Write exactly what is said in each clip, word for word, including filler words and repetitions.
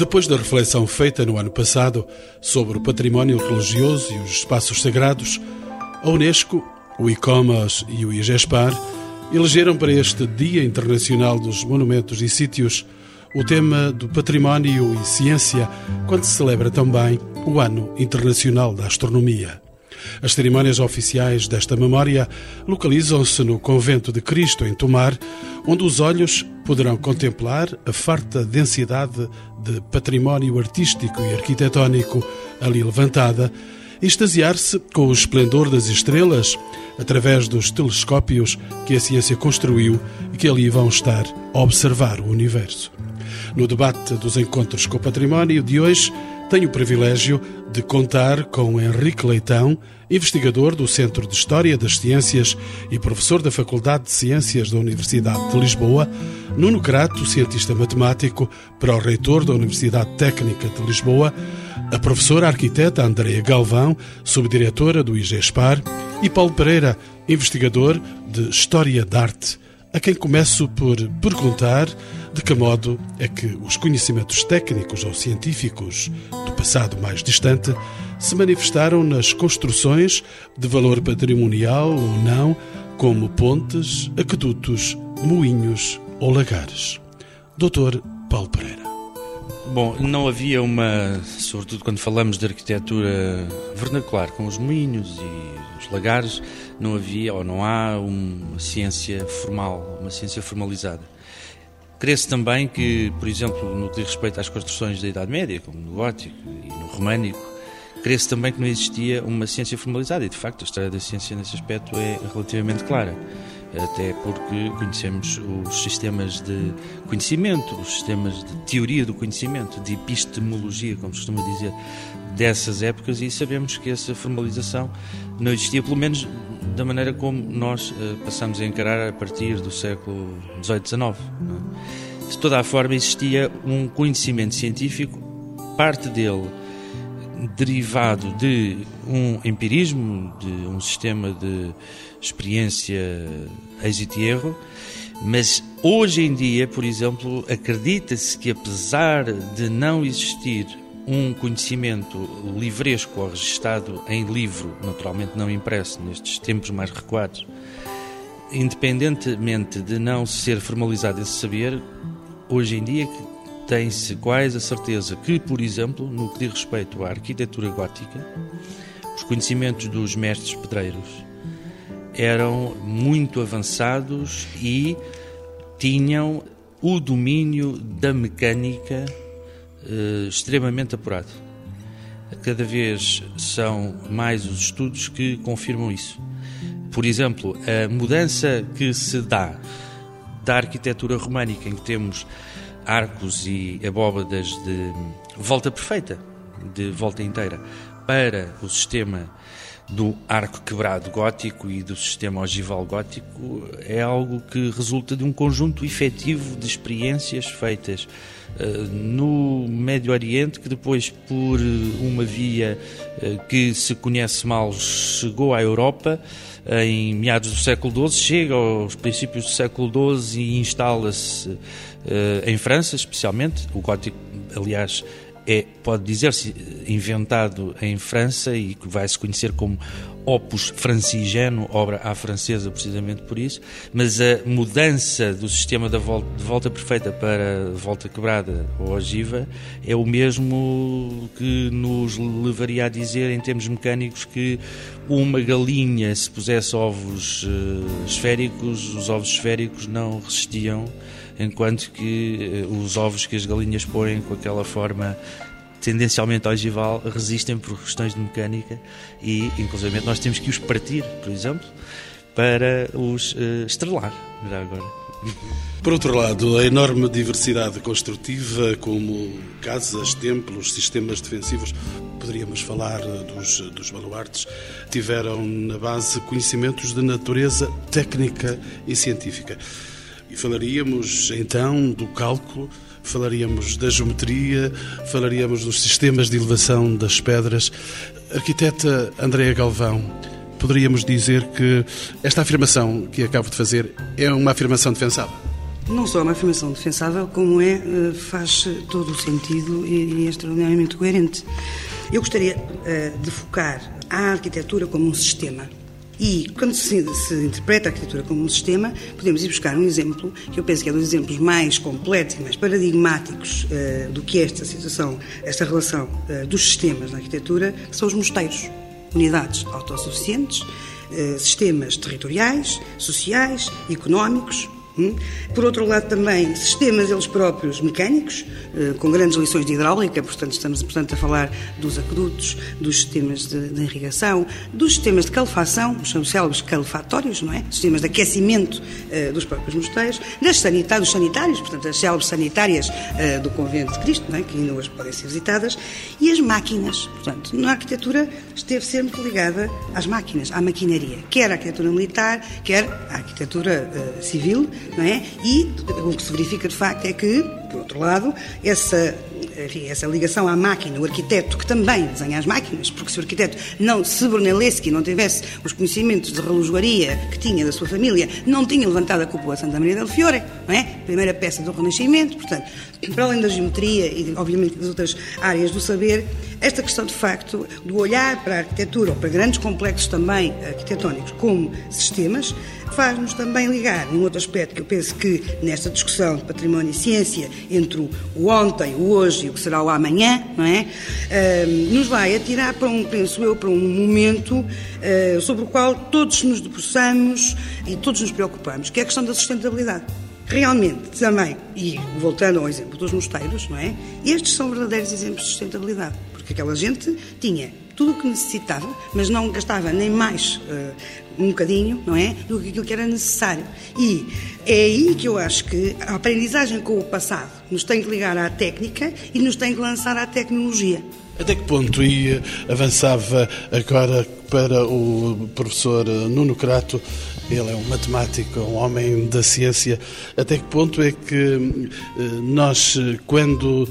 Depois da reflexão feita no ano passado sobre o património religioso e os espaços sagrados, a Unesco, o ICOMOS e o IGESPAR elegeram para este Dia Internacional dos Monumentos e Sítios o tema do património e ciência, quando se celebra também o Ano Internacional da Astronomia. As cerimónias oficiais desta memória localizam-se no Convento de Cristo, em Tomar, onde os olhos poderão contemplar a farta densidade de património artístico e arquitetónico ali levantada, e extasiar-se com o esplendor das estrelas através dos telescópios que a ciência construiu e que ali vão estar a observar o universo. No debate dos Encontros com o Património de hoje, tenho o privilégio de contar com Henrique Leitão, investigador do Centro de História das Ciências e professor da Faculdade de Ciências da Universidade de Lisboa, Nuno Crato, cientista matemático, pró-reitor da Universidade Técnica de Lisboa, a professora arquiteta Andrea Galvão, subdiretora do IGESPAR, e Paulo Pereira, investigador de História da Arte, a quem começo por perguntar de que modo é que os conhecimentos técnicos ou científicos do passado mais distante se manifestaram nas construções de valor patrimonial ou não, como pontes, aquedutos, moinhos ou lagares. doutor Paulo Pereira. Bom, não havia uma, sobretudo quando falamos de arquitetura vernacular, com os moinhos e os lagares, não havia ou não há uma ciência formal, uma ciência formalizada. Crê-se também que, por exemplo, no que diz respeito às construções da Idade Média, como no gótico e no românico, crê-se também que não existia uma ciência formalizada e, de facto, a história da ciência nesse aspecto é relativamente clara, até porque conhecemos os sistemas de conhecimento, os sistemas de teoria do conhecimento, de epistemologia, como se costuma dizer, dessas épocas, e sabemos que essa formalização não existia, pelo menos da maneira como nós uh, passamos a encarar a partir do século dezoito, dezanove. Não é? De toda a forma, existia um conhecimento científico, parte dele derivado de um empirismo, de um sistema de experiência, êxito e erro, mas hoje em dia, por exemplo, acredita-se que, apesar de não existir um conhecimento livresco ou registado em livro, naturalmente não impresso nestes tempos mais recuados, independentemente de não ser formalizado esse saber, hoje em dia tem-se quase a certeza que, por exemplo, no que diz respeito à arquitetura gótica, os conhecimentos dos mestres pedreiros eram muito avançados e tinham o domínio da mecânica eh, extremamente apurado. Cada vez são mais os estudos que confirmam isso. Por exemplo, a mudança que se dá da arquitetura românica, em que temos arcos e abóbadas de volta perfeita, de volta inteira, para o sistema do arco quebrado gótico e do sistema ogival gótico, é algo que resulta de um conjunto efetivo de experiências feitas uh, no Médio Oriente, que depois, por uma via uh, que se conhece mal, chegou à Europa em meados do século doze, chega aos princípios do século doze e instala-se uh, em França, especialmente. O gótico, aliás, é, pode dizer-se, inventado em França e que vai-se conhecer como opus francigeno, obra à francesa precisamente por isso, mas a mudança do sistema da volta, de volta perfeita para volta quebrada ou ogiva é o mesmo que nos levaria a dizer, em termos mecânicos, que uma galinha, se pusesse ovos uh, esféricos, os ovos esféricos não resistiam, enquanto que uh, os ovos que as galinhas põem com aquela forma tendencialmente ogival resistem por questões de mecânica e, inclusive, nós temos que os partir, por exemplo, para os uh, estrelar, já agora. Por outro lado, a enorme diversidade construtiva, como casas, templos, sistemas defensivos, poderíamos falar dos, dos baluartes, tiveram na base conhecimentos de natureza técnica e científica. E falaríamos, então, do cálculo, falaríamos da geometria, falaríamos dos sistemas de elevação das pedras. Arquiteta Andrea Galvão, poderíamos dizer que esta afirmação que acabo de fazer é uma afirmação defensável? Não só é uma afirmação defensável, como é, faz todo o sentido e é extraordinariamente coerente. Eu gostaria de focar a arquitetura como um sistema. E quando se, se interpreta a arquitetura como um sistema, podemos ir buscar um exemplo, que eu penso que é dos exemplos mais completos e mais paradigmáticos uh, do que esta situação, esta relação uh, dos sistemas na arquitetura, que são os mosteiros. Unidades autossuficientes, uh, sistemas territoriais, sociais, económicos. Hum? Por outro lado também sistemas eles próprios mecânicos, eh, com grandes lições de hidráulica, portanto estamos portanto, a falar dos aquedutos, dos sistemas de, de irrigação, dos sistemas de calefação, os célebres calefatórios, não é? Sistemas de aquecimento eh, dos próprios mosteiros, das sanitários, dos sanitários, portanto as célebres sanitárias eh, do Convento de Cristo, não é? Que ainda hoje podem ser visitadas, e as máquinas, portanto, na arquitetura esteve sempre ligada às máquinas, à maquinaria, quer a arquitetura militar, quer a arquitetura eh, civil, não é? E o que se verifica de facto é que, por outro lado, essa, enfim, essa ligação à máquina, o arquiteto que também desenha as máquinas, porque se o arquiteto não, se Brunelleschi não tivesse os conhecimentos de relojoaria que tinha da sua família, não tinha levantado a cúpula de Santa Maria del Fiore, não é? Primeira peça do Renascimento, portanto, para além da geometria e, obviamente, das outras áreas do saber, esta questão, de facto, do olhar para a arquitetura, ou para grandes complexos também arquitetónicos, como sistemas, faz-nos também ligar um outro aspecto que eu penso que nesta discussão de património e ciência entre o ontem, o hoje e o que será o amanhã, não é? Uh, nos vai atirar para um, penso eu, para um momento uh, sobre o qual todos nos debruçamos e todos nos preocupamos, que é a questão da sustentabilidade. Realmente, também, e voltando ao exemplo dos mosteiros, não é? Estes são verdadeiros exemplos de sustentabilidade, porque aquela gente tinha tudo o que necessitava, mas não gastava nem mais uh, um bocadinho, não é, do que aquilo que era necessário. E é aí que eu acho que a aprendizagem com o passado nos tem que ligar à técnica e nos tem que lançar à tecnologia. Até que ponto, e avançava agora para o professor Nuno Crato, ele é um matemático, um homem da ciência, até que ponto é que nós, quando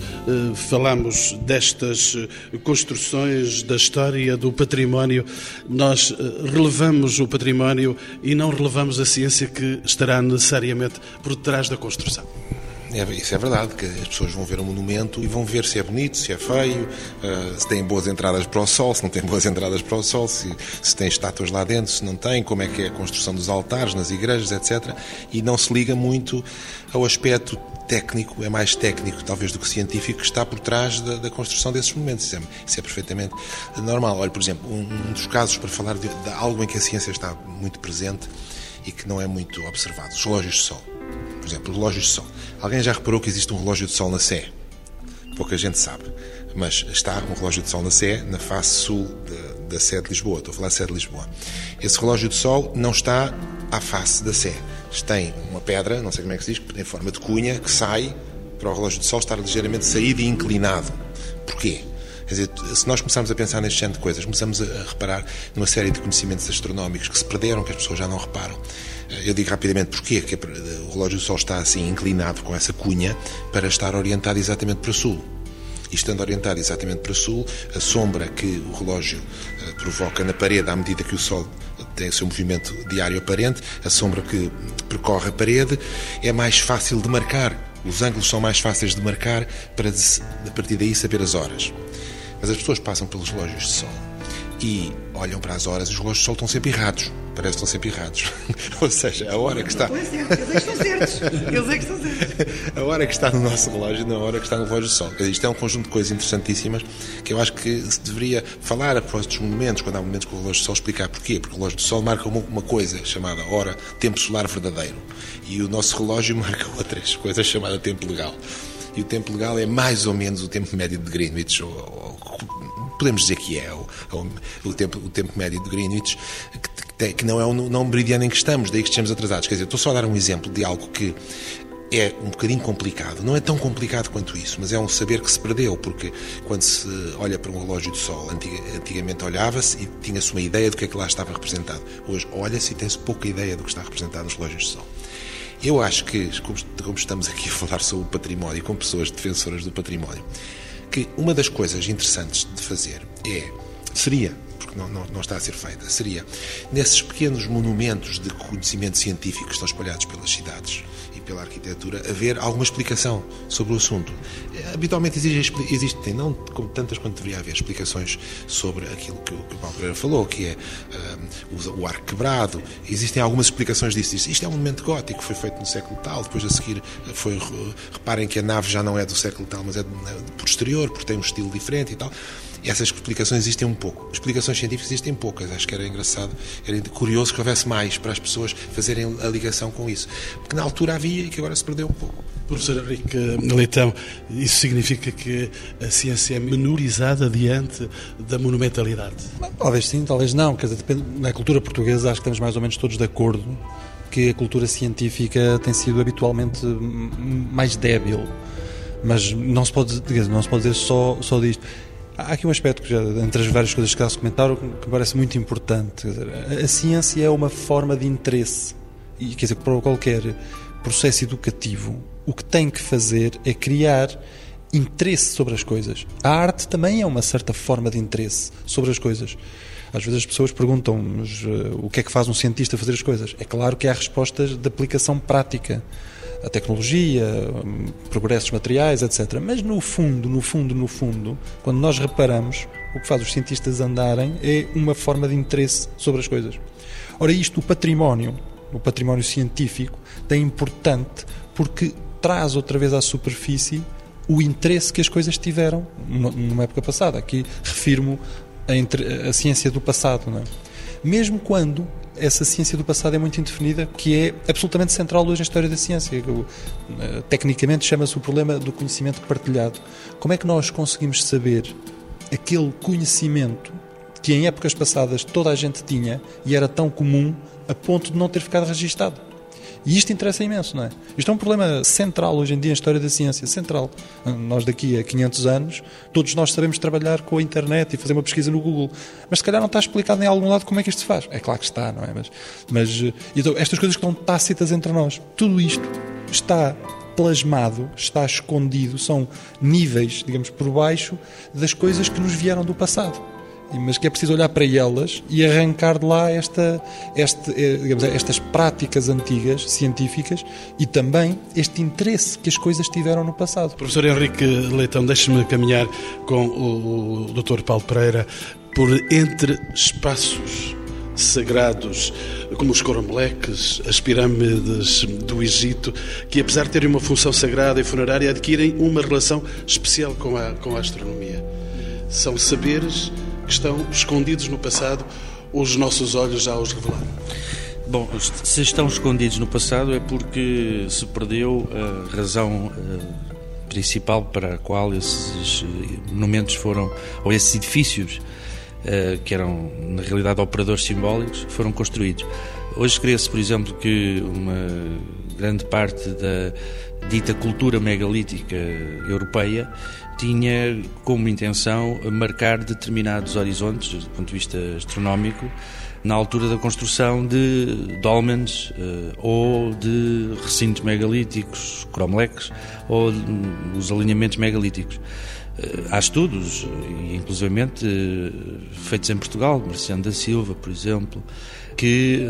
falamos destas construções da história do património, nós relevamos o património e não relevamos a ciência que estará necessariamente por detrás da construção? É, isso é verdade, que as pessoas vão ver um monumento e vão ver se é bonito, se é feio, uh, se tem boas entradas para o sol, se não tem boas entradas para o sol, se, se tem estátuas lá dentro, se não tem, como é que é a construção dos altares nas igrejas, etcétera. E não se liga muito ao aspecto técnico, é mais técnico talvez do que científico, que está por trás da, da construção desses monumentos. Isso é, isso é perfeitamente normal. Olha, por exemplo, um, um dos casos para falar de, de algo em que a ciência está muito presente e que não é muito observado, os relógios de sol. Por exemplo, relógios de sol. Alguém já reparou que existe um relógio de sol na Sé? Pouca gente sabe. Mas está um relógio de sol na Sé, na face sul de, da Sé de Lisboa. Estou a falar da Sé de Lisboa. Esse relógio de sol não está à face da Sé. Tem uma pedra, não sei como é que se diz, em forma de cunha, que sai para o relógio de sol estar ligeiramente saído e inclinado. Porquê? Quer dizer, se nós começarmos a pensar neste género de coisas, começamos a reparar numa série de conhecimentos astronómicos que se perderam, que as pessoas já não reparam. Eu digo rapidamente porquê, que o relógio do sol está assim inclinado com essa cunha para estar orientado exatamente para o sul. E estando orientado exatamente para o sul, a sombra que o relógio uh, provoca na parede à medida que o sol tem o seu movimento diário aparente, a sombra que percorre a parede, é mais fácil de marcar. Os ângulos são mais fáceis de marcar para, a partir daí, saber as horas. Mas as pessoas passam pelos relógios de sol e olham para as horas e os relógios de sol estão sempre errados. Parece que estão sempre errados. Ou seja, a hora que está... Eles é que estão certos. Eles é que estão certos. A hora que está no nosso relógio não é a hora que está no relógio de sol. Quer dizer, isto é um conjunto de coisas interessantíssimas que eu acho que se deveria falar a propósito dos monumentos, quando há momentos com o relógio de sol, explicar porquê. Porque o relógio de sol marca uma, uma coisa chamada hora, tempo solar verdadeiro. E o nosso relógio marca outras coisas chamada tempo legal. E o tempo legal é mais ou menos o tempo médio de Greenwich, ou, ou podemos dizer que é o, o, o, tempo, o tempo médio de Greenwich, que, que não é o não meridiano em que estamos, daí que estamos atrasados. Quer dizer, estou só a dar um exemplo de algo que é um bocadinho complicado. Não é tão complicado quanto isso, mas é um saber que se perdeu, porque quando se olha para um relógio de sol, antigamente olhava-se e tinha-se uma ideia do que é que lá estava representado. Hoje olha-se e tem-se pouca ideia do que está representado nos relógios de sol. Eu acho que, como estamos aqui a falar sobre o património, com pessoas defensoras do património, que uma das coisas interessantes de fazer é, seria, porque que não, não, não está a ser feita, seria, nesses pequenos monumentos de conhecimento científico que estão espalhados pelas cidades e pela arquitetura, haver alguma explicação sobre o assunto. Habitualmente existem, existem não como tantas quanto deveria haver, explicações sobre aquilo que o, que o Paulo Pereira falou, que é um, o, o arco quebrado. Existem algumas explicações disso. Isto é um monumento gótico, foi feito no século tal, depois a seguir foi... Reparem que a nave já não é do século tal, mas é posterior, porque tem um estilo diferente e tal. E essas explicações existem um pouco. Explicações científicas existem poucas. Acho que era engraçado, era curioso que houvesse mais para as pessoas fazerem a ligação com isso. Porque na altura havia e que agora se perdeu um pouco. Professor Henrique Leitão, isso significa que a ciência é menorizada diante da monumentalidade? Talvez sim, talvez não. Quer dizer, depende, na cultura portuguesa acho que estamos mais ou menos todos de acordo que a cultura científica tem sido habitualmente mais débil. Mas não se pode, não se pode dizer só, só disto. Há aqui um aspecto que, já, entre as várias coisas que já se comentaram, que me parece muito importante. Quer dizer, a ciência é uma forma de interesse. E, quer dizer, para qualquer processo educativo, o que tem que fazer é criar interesse sobre as coisas. A arte também é uma certa forma de interesse sobre as coisas. Às vezes as pessoas perguntam-nos uh, o que é que faz um cientista fazer as coisas. É claro que há respostas de aplicação prática. A tecnologia, progressos materiais, etcétera. Mas no fundo, no fundo, no fundo, quando nós reparamos, o que faz os cientistas andarem é uma forma de interesse sobre as coisas. Ora, isto, o património, o património científico, é importante porque traz outra vez à superfície o interesse que as coisas tiveram numa época passada. Aqui refiro-me a, a ciência do passado, não é? Mesmo quando essa ciência do passado é muito indefinida, que é absolutamente central hoje na história da ciência. Tecnicamente chama-se o problema do conhecimento partilhado. Como é que nós conseguimos saber aquele conhecimento que em épocas passadas toda a gente tinha e era tão comum a ponto de não ter ficado registado? E isto interessa imenso, não é? Isto é um problema central hoje em dia na história da ciência, central. Nós daqui a quinhentos anos, todos nós sabemos trabalhar com a internet e fazer uma pesquisa no Google, mas se calhar não está explicado em algum lado como é que isto se faz. É claro que está, não é? Mas, mas então, estas coisas que estão tácitas entre nós, tudo isto está plasmado, está escondido, são níveis, digamos, por baixo das coisas que nos vieram do passado. Mas que é preciso olhar para elas e arrancar de lá esta, este, digamos, estas práticas antigas, científicas, e também este interesse que as coisas tiveram no passado. Professor Henrique Leitão, deixe-me caminhar com o, o doutor Paulo Pereira por entre espaços sagrados, como os coromleques, as pirâmides do Egito, que apesar de terem uma função sagrada e funerária, adquirem uma relação especial com a, com a astronomia. São saberes que estão escondidos no passado, os nossos olhos já os revelaram. Bom, se estão escondidos no passado é porque se perdeu a razão principal para a qual esses monumentos foram, ou esses edifícios, que eram na realidade operadores simbólicos, foram construídos. Hoje crê-se, por exemplo, que uma grande parte da dita cultura megalítica europeia tinha como intenção marcar determinados horizontes, do ponto de vista astronómico, na altura da construção de dólmenes ou de recintos megalíticos, cromleques, ou os alinhamentos megalíticos. Há estudos, inclusivamente feitos em Portugal, Marciano da Silva, por exemplo, que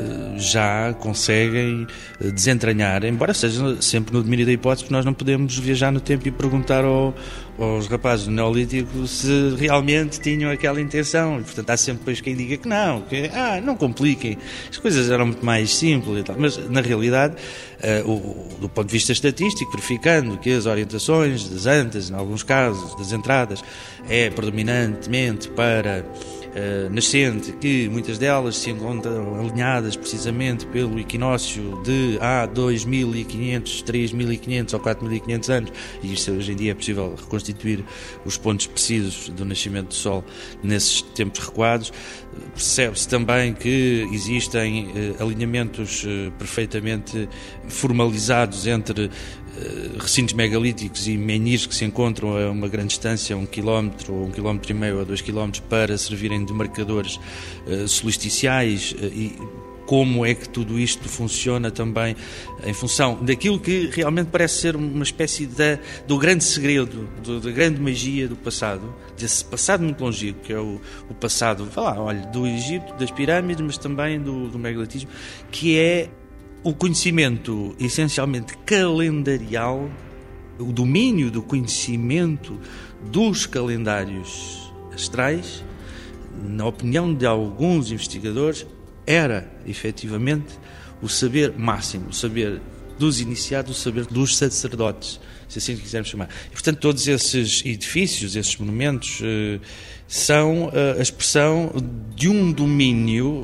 já conseguem desentranhar, embora seja sempre no domínio da hipótese, porque nós não podemos viajar no tempo e perguntar ao, aos rapazes do Neolítico se realmente tinham aquela intenção. E, portanto, há sempre depois quem diga que não, que ah, não compliquem, as coisas eram muito mais simples e tal. Mas, na realidade, uh, o, do ponto de vista estatístico, verificando que as orientações das antas, em alguns casos, das entradas, é predominantemente para Uh, nascente, que muitas delas se encontram alinhadas precisamente pelo equinócio de há dois mil e quinhentos, três mil e quinhentos ou quatro mil e quinhentos anos, e isto hoje em dia é possível reconstituir os pontos precisos do nascimento do Sol nesses tempos recuados. Percebe-se também que existem uh, alinhamentos uh, perfeitamente formalizados entre recintos megalíticos e menhirs que se encontram a uma grande distância, um quilómetro, ou um quilómetro e meio ou dois quilómetros, para servirem de marcadores uh, solsticiais uh, e como é que tudo isto funciona também em função daquilo que realmente parece ser uma espécie de, do grande segredo, do, da grande magia do passado, desse passado muito longínquo, que é o, o passado, vá lá, olha, do Egito, das pirâmides, mas também do, do megalitismo, que é o conhecimento essencialmente calendarial, o domínio do conhecimento dos calendários astrais, na opinião de alguns investigadores, era, efetivamente, o saber máximo, o saber dos iniciados, o saber dos sacerdotes, se assim quisermos chamar. E, portanto, todos esses edifícios, esses monumentos, eh, são eh, a expressão de um domínio,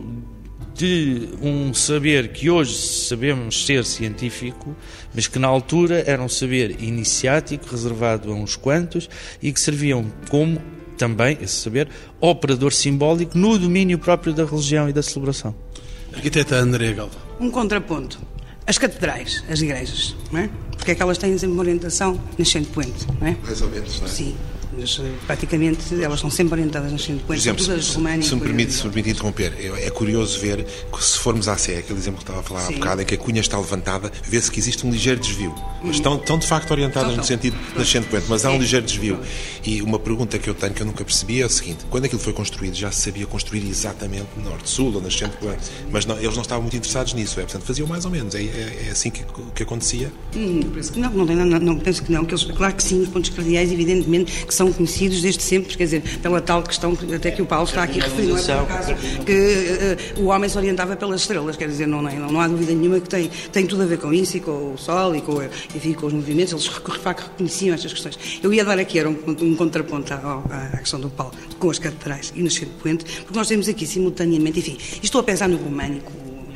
de um saber que hoje sabemos ser científico, mas que na altura era um saber iniciático, reservado a uns quantos, e que serviam como, também, esse saber, operador simbólico no domínio próprio da religião e da celebração. Arquiteta Andréa Galvão. Um contraponto. As catedrais, as igrejas, não é? Porque é que elas têm sempre uma orientação nascente-poente, não é? Mais ou menos, não é? Sim. Mas, praticamente, elas são sempre orientadas nascente-poente. Por exemplo, todas se, românicas, se, me permite, se me permite interromper, é, é curioso ver que se formos à Sé, aquele exemplo que estava a falar Sim. há bocado, em que a cunha está levantada, vê-se que existe um ligeiro desvio. Mas estão, estão de facto orientadas então, no sentido nascente-poente, mas há um ligeiro desvio. E uma pergunta que eu tenho que eu nunca percebi é a seguinte: quando aquilo foi construído, já se sabia construir exatamente norte-sul ou nascente-poente, mas não, eles não estavam muito interessados nisso, é, portanto faziam mais ou menos, é, é, é assim que, que acontecia? Hum, penso que não, não, não, não, não, penso que não, que eles, claro que sim, os pontos cardeais, evidentemente, que são conhecidos desde sempre, quer dizer, pela tal questão que até que o Paulo está aqui a referir, não é por acaso, que uh, o homem se orientava pelas estrelas, quer dizer, não, não, não há dúvida nenhuma que tem, tem tudo a ver com isso e com o Sol e com, enfim, com os movimentos, eles de facto reconheciam estas questões. Eu ia dar aqui era um, um contraponto à, à questão do Paulo com as catedrais e nascente-poente, porque nós temos aqui simultaneamente, enfim, estou a pensar no românico,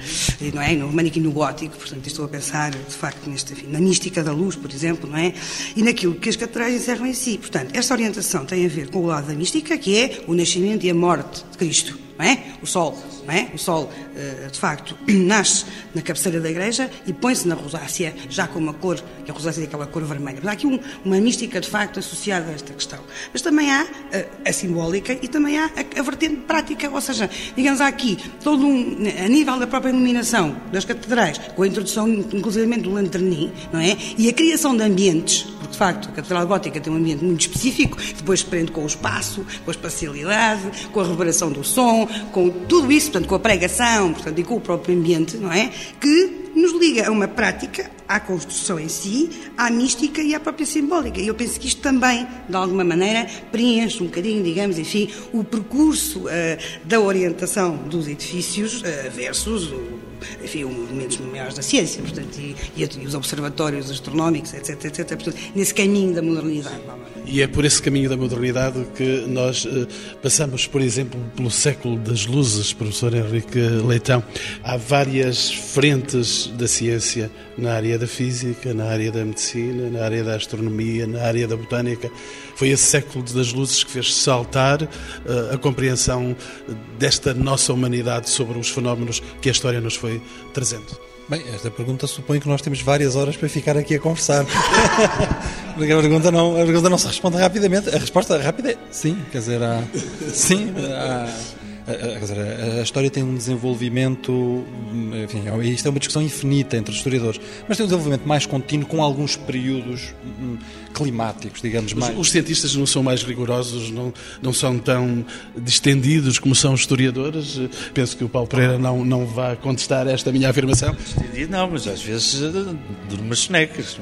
não é? No românico e no gótico, portanto estou a pensar de facto neste, enfim, na mística da luz, por exemplo, não é? E naquilo que as catedrais encerram em si. Portanto, esta orientação tem a ver com o lado da mística, que é o nascimento e a morte de Cristo, não é? O Sol, não é? O Sol, de facto, nasce na cabeceira da igreja e põe-se na rosácea, já com uma cor, que a rosácea é aquela cor vermelha. Mas há aqui um, uma mística, de facto, associada a esta questão. Mas também há a, a simbólica e também há a, a vertente prática, ou seja, digamos, há aqui todo um, a nível da própria iluminação das catedrais, com a introdução, inclusive, do lanternim, não é? E a criação de ambientes, porque, de facto, a Catedral Gótica tem um ambiente muito específico, depois se prende com o espaço, com a espacialidade, com a reverberação do som, com tudo isso, portanto, com a pregação, portanto, e com o próprio ambiente, não é? Que nos liga a uma prática, à construção em si, à mística e à própria simbólica. E eu penso que isto também, de alguma maneira, preenche um bocadinho, digamos, enfim, o percurso uh, da orientação dos edifícios uh, versus, o, enfim, os momentos maiores da ciência, portanto, e, e os observatórios astronómicos, etc, etc, portanto, nesse caminho da modernidade. E é por esse caminho da modernidade que nós uh, passamos, por exemplo, pelo século das luzes, professor Henrique Leitão. Há várias frentes da ciência na área da física, na área da medicina, na área da astronomia, na área da botânica. Foi esse século das luzes que fez saltar uh, a compreensão desta nossa humanidade sobre os fenómenos que a história nos foi trazendo. Bem, esta pergunta supõe que nós temos várias horas para ficar aqui a conversar. Porque a pergunta, não, a pergunta não se responde rapidamente. A resposta rápida é sim. Quer dizer, há, sim, há, quer dizer, a história tem um desenvolvimento, enfim, isto é uma discussão infinita entre os historiadores, mas tem um desenvolvimento mais contínuo com alguns períodos climáticos, digamos. Os, mais... os cientistas não são mais rigorosos, não, não são tão distendidos como são os historiadores. Penso que o Paulo Pereira não, não vai contestar esta minha afirmação. Distendido não, mas às vezes durmo umas sonecas.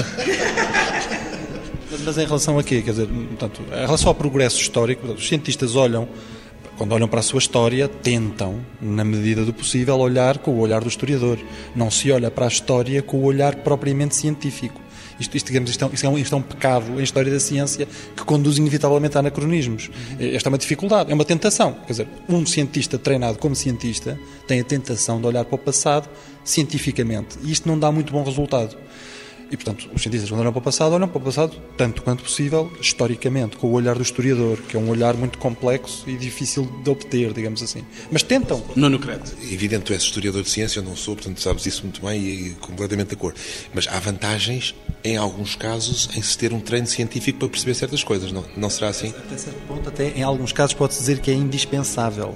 Mas em relação a quê? Quer dizer, portanto, em relação ao progresso histórico, portanto, os cientistas olham, quando olham para a sua história, tentam, na medida do possível, olhar com o olhar do historiador. Não se olha para a história com o olhar propriamente científico. Isto, isto, digamos, isto, é, isto, é um, isto é um pecado em história da ciência que conduz inevitavelmente a anacronismos. Esta é uma dificuldade, é uma tentação. Quer dizer, um cientista treinado como cientista tem a tentação de olhar para o passado cientificamente. E isto não dá muito bom resultado. E, portanto, os cientistas, quando olham para o passado, olham para o passado, tanto quanto possível, historicamente, com o olhar do historiador, que é um olhar muito complexo e difícil de obter, digamos assim. Mas tentam. Nuno Crete. Evidente, tu és historiador de ciência, eu não sou, portanto sabes isso muito bem e, e completamente de acordo. Mas há vantagens, em alguns casos, em se ter um treino científico para perceber certas coisas, não, não será assim? Até certo ponto, até em alguns casos pode-se dizer que é indispensável.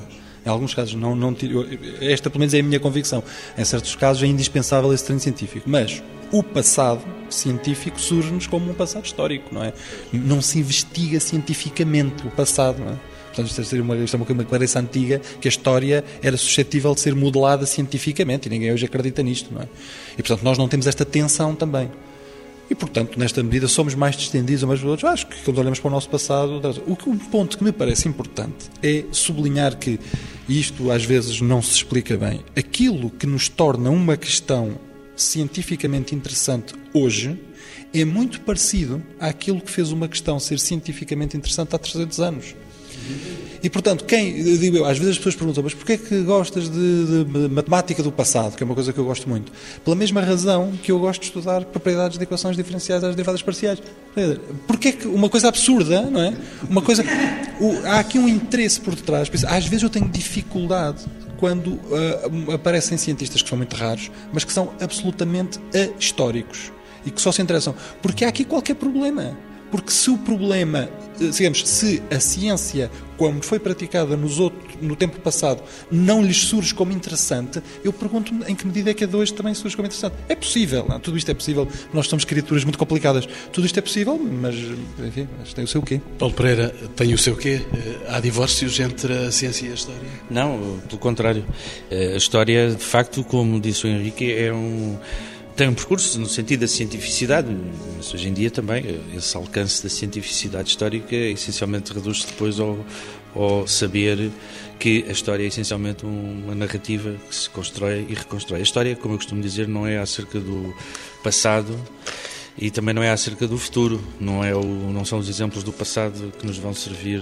Em alguns casos, não, não, esta pelo menos é a minha convicção. Em certos casos é indispensável esse treino científico. Mas o passado científico surge-nos como um passado histórico, não é? Não se investiga cientificamente o passado, não é? Portanto, isto é uma, isto é uma crença antiga que a história era suscetível de ser modelada cientificamente e ninguém hoje acredita nisto, não é? E, portanto, nós não temos esta tensão também. E, portanto, nesta medida somos mais distendidos umas dos outros. Acho que quando olhamos para o nosso passado, o, que, o ponto que me parece importante é sublinhar que, e isto às vezes não se explica bem, aquilo que nos torna uma questão cientificamente interessante hoje é muito parecido àquilo que fez uma questão ser cientificamente interessante há trezentos anos. E, portanto, quem, digo eu, às vezes as pessoas perguntam, mas porquê é que gostas de, de matemática do passado, que é uma coisa que eu gosto muito? Pela mesma razão que eu gosto de estudar propriedades de equações diferenciais às derivadas parciais. Porquê é que uma coisa absurda, não é? Uma coisa, o, há aqui um interesse por detrás. Às vezes eu tenho dificuldade quando uh, aparecem cientistas que são muito raros, mas que são absolutamente ahistóricos e que só se interessam. Porque há aqui qualquer problema. Porque se o problema, digamos, se a ciência, como foi praticada nos outros, no tempo passado, não lhes surge como interessante, eu pergunto-me em que medida é que a de hoje também surge como interessante. É possível, não? Tudo isto é possível. Nós somos criaturas muito complicadas. Tudo isto é possível, mas, enfim, mas tem o seu quê. Paulo Pereira, tem o seu quê? Há divórcios entre a ciência e a história? Não, pelo contrário. A história, de facto, como disse o Henrique, é um... tem um percurso no sentido da cientificidade, mas hoje em dia também esse alcance da cientificidade histórica essencialmente reduz-se depois ao, ao saber que a história é essencialmente uma narrativa que se constrói e reconstrói. A história, como eu costumo dizer, não é acerca do passado e também não é acerca do futuro, não, é o, não são os exemplos do passado que nos vão servir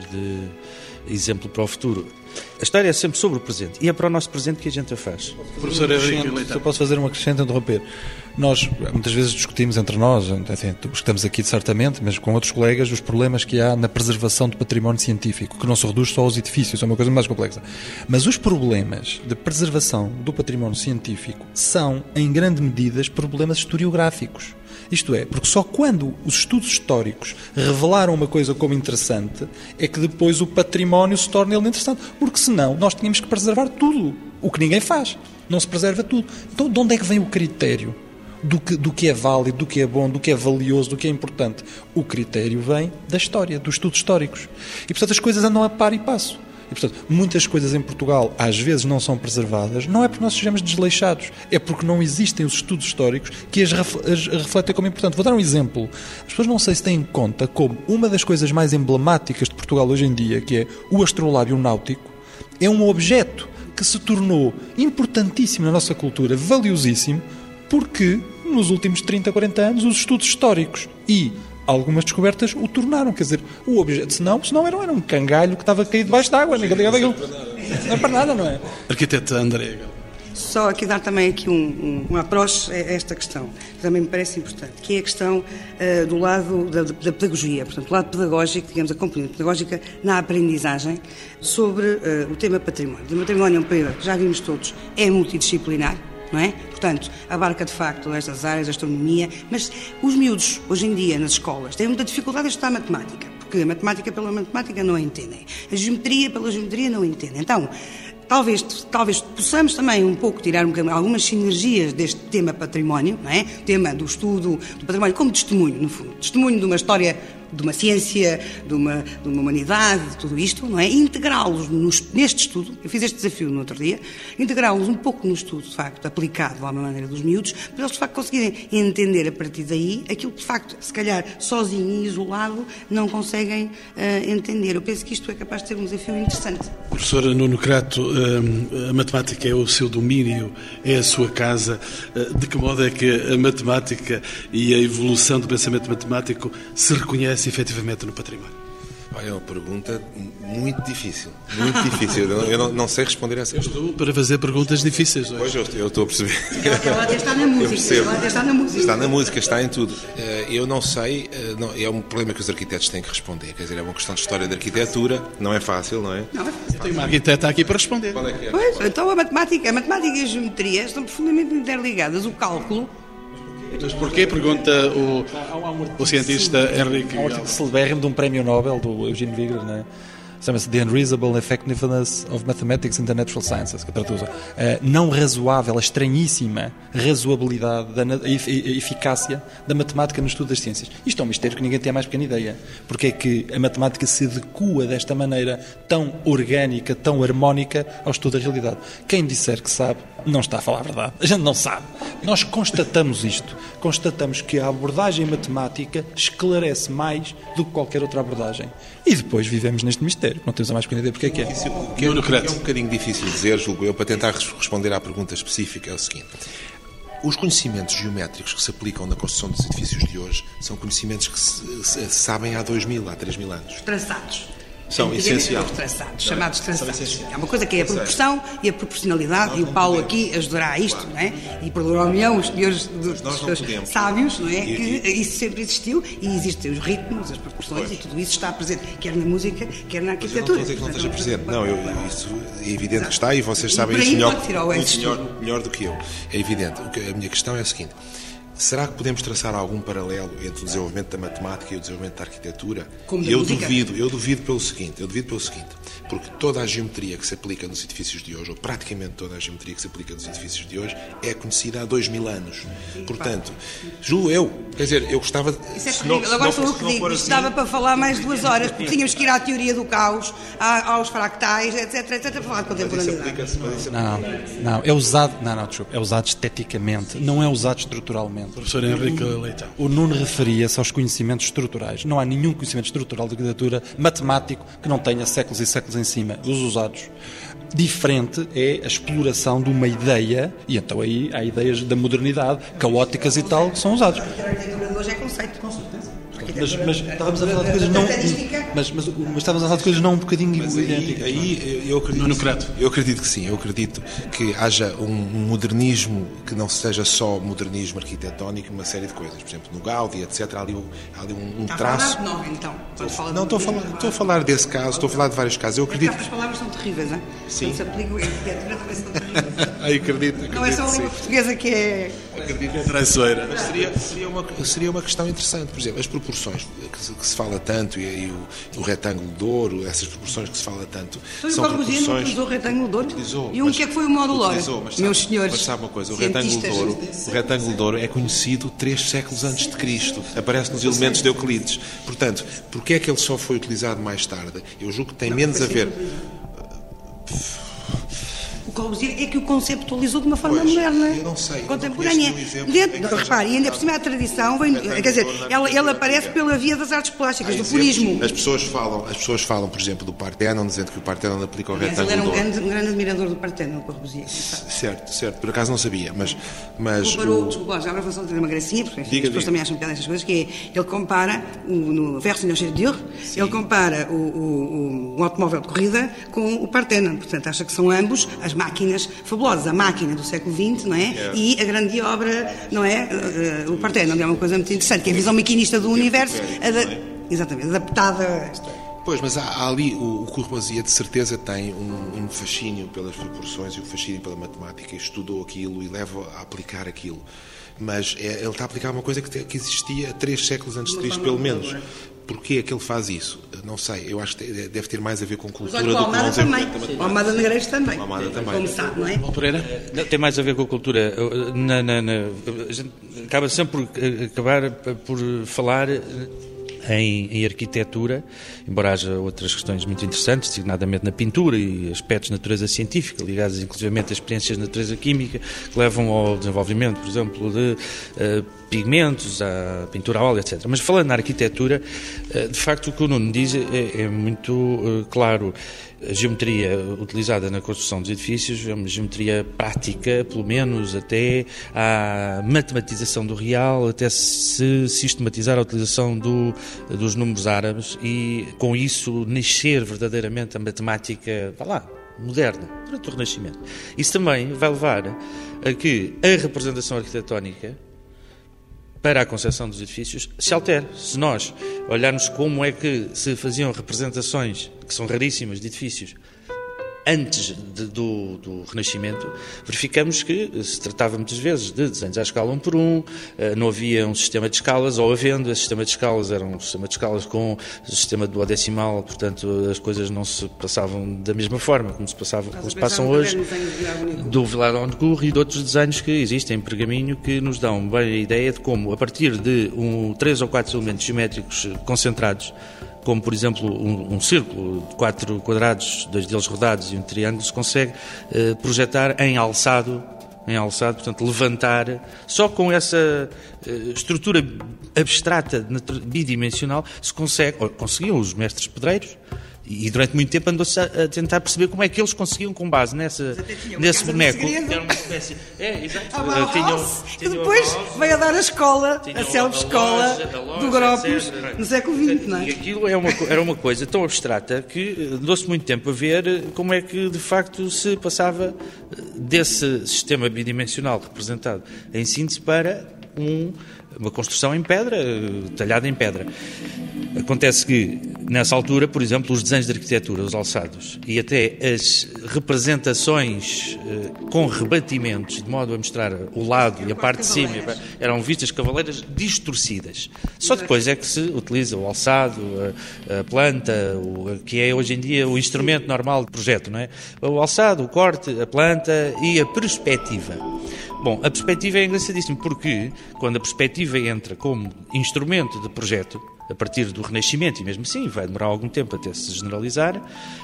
de exemplo para o futuro. A história é sempre sobre o presente e é para o nosso presente que a gente a faz. Professor Henrique Leitão. Se eu posso fazer uma acrescente a interromper. Nós muitas vezes discutimos entre nós, assim, estamos aqui certamente, mas com outros colegas, os problemas que há na preservação do património científico, que não se reduz só aos edifícios, é uma coisa mais complexa. Mas os problemas de preservação do património científico são, em grande medida, problemas historiográficos. Isto é, porque só quando os estudos históricos revelaram uma coisa como interessante é que depois o património se torna ele interessante. Porque senão nós tínhamos que preservar tudo, o que ninguém faz. Não se preserva tudo. Então de onde é que vem o critério do que, do que é válido, do que é bom, do que é valioso, do que é importante? O critério vem da história, dos estudos históricos. E portanto as coisas andam a par e passo. E, portanto, muitas coisas em Portugal às vezes não são preservadas, não é porque nós sejamos desleixados, é porque não existem os estudos históricos que as, as refletem como importante. Vou dar um exemplo. As pessoas não sei se têm em conta como uma das coisas mais emblemáticas de Portugal hoje em dia, que é o astrolábio náutico, é um objeto que se tornou importantíssimo na nossa cultura, valiosíssimo, porque nos últimos trinta, quarenta anos os estudos históricos e algumas descobertas o tornaram, quer dizer, o objeto, senão, senão era, era um cangalho que estava caído debaixo d'água, ninguém ligava aquilo. Não é para nada, não é? Arquiteta André. Só aqui dar também aqui um, um, um approach a esta questão, que também me parece importante, que é a questão uh, do lado da, da pedagogia, portanto, do lado pedagógico, digamos, a componente pedagógica na aprendizagem sobre uh, o tema património. O património é um período, já vimos todos, é multidisciplinar, não é? Portanto, abarca de facto estas áreas, a astronomia, mas os miúdos, hoje em dia, nas escolas, têm muita dificuldade em estudar matemática, porque a matemática pela matemática não a entendem, a geometria pela geometria não a entendem. Então, talvez, talvez possamos também um pouco tirar um, algumas sinergias deste tema património, não é? O tema do estudo do património como testemunho, no fundo, testemunho de uma história, de uma ciência, de uma, de uma humanidade, de tudo isto, não é? Integrá-los nos, neste estudo, eu fiz este desafio no outro dia, integrá-los um pouco no estudo, de facto, aplicado de alguma maneira dos miúdos, para eles, de facto, conseguirem entender a partir daí aquilo que, de facto, se calhar, sozinho e isolado, não conseguem uh, entender. Eu penso que isto é capaz de ser um desafio interessante. Professor Nuno Crato, a matemática é o seu domínio, é a sua casa. De que modo é que a matemática e a evolução do pensamento matemático se reconhece efetivamente no património? Olha, é uma pergunta muito difícil, muito difícil. Eu, não, eu não, não sei responder a essa pergunta. Eu estou para fazer perguntas difíceis hoje. Pois, eu, eu estou a perceber. Ela até está na música. Ela até está na música. Está na música, está em tudo. Eu não sei, não, é um problema que os arquitetos têm que responder. Quer dizer, é uma questão de história da arquitetura, não é fácil, não é? Não é fácil. Tem uma arquiteta aqui para responder. Qual é que é? Pois, então a matemática, a matemática e a geometria estão profundamente interligadas. O cálculo... Mas porquê? Pergunta o, o cientista Henrique Há um artigo celebérrimo de um prémio Nobel, do Eugene Wigner, não é? chama-se The Unreasonable Effectiveness of Mathematics in the Natural Sciences, que traduza. A não razoável, a estranhíssima razoabilidade, da, a eficácia da matemática no estudo das ciências. Isto é um mistério que ninguém tem a mais pequena ideia. Porque é que a matemática se adequa desta maneira tão orgânica, tão harmónica ao estudo da realidade. Quem disser que sabe, não está a falar a verdade. A gente não sabe. Nós constatamos isto. Constatamos que a abordagem matemática esclarece mais do que qualquer outra abordagem. E depois vivemos neste mistério. Não temos a mais pequena ideia porque é que é. O que é, o que é um bocadinho difícil de dizer, julgo eu, para tentar responder à pergunta específica, é o seguinte. Os conhecimentos geométricos que se aplicam na construção dos edifícios de hoje são conhecimentos que se, se sabem há dois mil, há três mil anos. Traçados. São essenciais. Traçados, chamados traçados. É uma coisa que é a proporção e a proporcionalidade, e o Paulo aqui ajudará a isto, não é? E perdoará o milhão, os senhores dos seus sábios, não é? Que isso sempre existiu e existem os ritmos, as proporções e tudo isso está presente, quer na música, quer na arquitetura. Mas eu não estou a dizer que não esteja presente. Não, eu, isso é evidente que está e vocês sabem isso melhor, muito melhor, melhor do que eu. É evidente. A minha questão é a seguinte. Será que podemos traçar algum paralelo entre o desenvolvimento da matemática e o desenvolvimento da arquitetura? Como da eu música? duvido, eu duvido pelo seguinte, eu duvido pelo seguinte, porque toda a geometria que se aplica nos edifícios de hoje, ou praticamente toda a geometria que se aplica nos edifícios de hoje, é conhecida há dois mil anos. Portanto, julgo eu, quer dizer, eu gostava de... Isso é terrível. Agora sou eu que digo, isto dava para falar mais de duas horas, porque tínhamos que ir à teoria do caos, aos fractais, etc, etc, para falar de contemporaneidade. Não, não, é usado, não, não, desculpa, é usado esteticamente, não é usado estruturalmente. Professor Henrique Leitão. O Nuno referia-se aos conhecimentos estruturais. Não há nenhum conhecimento estrutural de arquitetura matemático que não tenha séculos e séculos em cima, os usados. Diferente é a exploração de uma ideia, e então aí há ideias da modernidade, caóticas e tal, que são usados. A arquitetura de hoje é conceito. Com certeza. Mas, mas estávamos a falar de coisas não. Mas, mas, mas estávamos a falar de coisas não um bocadinho Mas aí, idênticas. aí eu, acredito, No Crato. eu acredito que sim, eu acredito que haja um modernismo que não seja só modernismo arquitetónico, uma série de coisas. Por exemplo, no Gaudi, etcétera, há ali, um- há ali um, um Está a traço. falar de nove, então. Quando fala de Não, estou a, falar, estou a falar desse caso, estou a falar de vários casos. Eu acredito. As palavras são terríveis, hein? Sim. Quando se aplicam em arquitetura também são terríveis. Aí acredito, acredito Não é só a que língua sim. portuguesa que é... Acredito que Traiçoeira. Mas seria, seria, uma, seria uma questão interessante, por exemplo, as proporções que se, que se fala tanto e, e o, o retângulo de ouro, essas proporções que se fala tanto, Então, são o Corbusier não proporções... utilizou o retângulo de ouro? Utilizou, E um mas- que é que foi o módulo Lora? utilizou, mas sabe- Meus senhores Mas sabe uma coisa, o retângulo de ouro, o retângulo de ouro é conhecido três séculos antes de Cristo. Aparece nos elementos de Euclides. Portanto, porquê é que ele só foi utilizado mais tarde? Eu julgo que tem menos a ver... O Corbusier é que o conceptualizou de uma forma Pois, moderna, eu não sei, eu não contemporânea. conheço nenhum exemplo Dentro, em que seja repare, e ainda por cima a tradição vem, Retângulo quer dizer, de ouro na ela, ele arquitetura aparece antiga. pela via das artes plásticas, Há do exemplos. purismo. As pessoas falam, as pessoas falam, por exemplo, do Parthenon, dizendo que o Parthenon aplica o Mas ele retângulo era de um ouro. grande, um grande admirador do Parthenon, o Corbusier. sabe? Certo, certo, por acaso não sabia, mas... mas Comparou, o- desculpa, já agora vou só dizer uma gracinha, porque enfim, Diga, as pessoas diga. também acham piada nestas coisas, que é, ele compara, o, no Verso de Dior, ele compara o, o, o automóvel de corrida com o Parthenon, portanto acha que são ambos as máquinas fabulosas, a máquina do século vinte, não é? Yeah. E a grande obra, não é? Uh, uh, o Parthenon é uma coisa muito interessante, que é a visão maquinista do universo, ada- exatamente, adaptada a esta. Pois, mas há, há ali, o, o Corbusier de certeza tem um, um fascínio pelas proporções e um fascínio pela matemática, e estudou aquilo e leva a aplicar aquilo. Mas é, ele está a aplicar uma coisa que, te- que existia três séculos antes de Cristo, pelo menos. Porquê é que ele faz isso? Não sei, eu acho que te- deve ter mais a ver com Mas cultura olha, o do que com Almada o também, desenvolvimento da o Almada Negreiros também, O Almada também. como sabe, não é? Paulo Pereira. Não, tem mais a ver com a cultura. Na, na, na, a gente acaba sempre por eh, acabar por falar em, em arquitetura, embora haja outras questões muito interessantes, designadamente na pintura e aspectos de natureza científica, ligados inclusivamente a experiências de natureza química, que levam ao desenvolvimento, por exemplo, de uh, pigmentos, à pintura a óleo, etcétera. Mas falando na arquitetura, uh, de facto o que o Nuno diz é, é muito uh, claro. A geometria utilizada na construção dos edifícios é uma geometria prática, pelo menos até à matematização do real, até se sistematizar a utilização do, dos números árabes e, com isso, nascer verdadeiramente a matemática, vá lá, moderna, durante o Renascimento. Isso também vai levar a que a representação arquitetónica para a concepção dos edifícios se altere. Se nós olharmos como é que se faziam representações, que são raríssimas, de edifícios antes de, do, do Renascimento, verificamos que se tratava muitas vezes de desenhos à escala um por um, não havia um sistema de escalas, ou havendo esse sistema de escalas, era um sistema de escalas com o sistema duodecimal, portanto as coisas não se passavam da mesma forma como se, passavam, como se passam hoje, do Vilar-on-Cour e de outros desenhos que existem em pergaminho que nos dão bem a ideia de como, a partir de um, três ou quatro elementos geométricos concentrados, como, por exemplo, um, um círculo de quatro quadrados, dois deles rodados e um triângulo, se consegue uh, projetar em alçado, em alçado, portanto, levantar, só com essa uh, estrutura abstrata, bidimensional, se consegue, ou conseguiam os mestres pedreiros, e durante muito tempo andou-se a tentar perceber como é que eles conseguiam, com base nessa, nesse boneco, que era uma espécie... É, exato. A tinham, e depois veio a dar a escola, a self-escola do Gropius, no século vinte, não é? E aquilo é uma, era uma coisa tão abstrata que andou-se muito tempo a ver como é que, de facto, se passava desse sistema bidimensional representado em síntese para um, uma construção em pedra, talhada em pedra. Acontece que, nessa altura, por exemplo, os desenhos de arquitetura, os alçados, e até as representações eh, com rebatimentos, de modo a mostrar o lado e a parte de cima, eram vistas cavaleiras distorcidas. Só depois é que se utiliza o alçado, a, a planta, o, que é hoje em dia o instrumento normal de projeto, não é? O alçado, o corte, a planta e a perspectiva. Bom, a perspectiva é engraçadíssima porque, quando a perspectiva entra como instrumento de projeto, a partir do Renascimento, e mesmo assim vai demorar algum tempo até se generalizar, uh,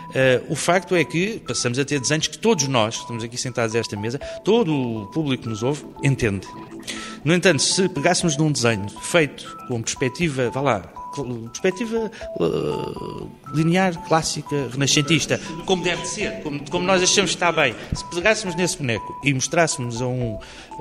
o facto é que passamos a ter desenhos que todos nós, que estamos aqui sentados a esta mesa, todo o público que nos ouve, entende. No entanto, se pegássemos num desenho feito com perspectiva, vá lá, perspectiva uh, linear, clássica, renascentista, como deve de ser, como, como nós achamos que está bem, se pegássemos nesse boneco e mostrássemos a um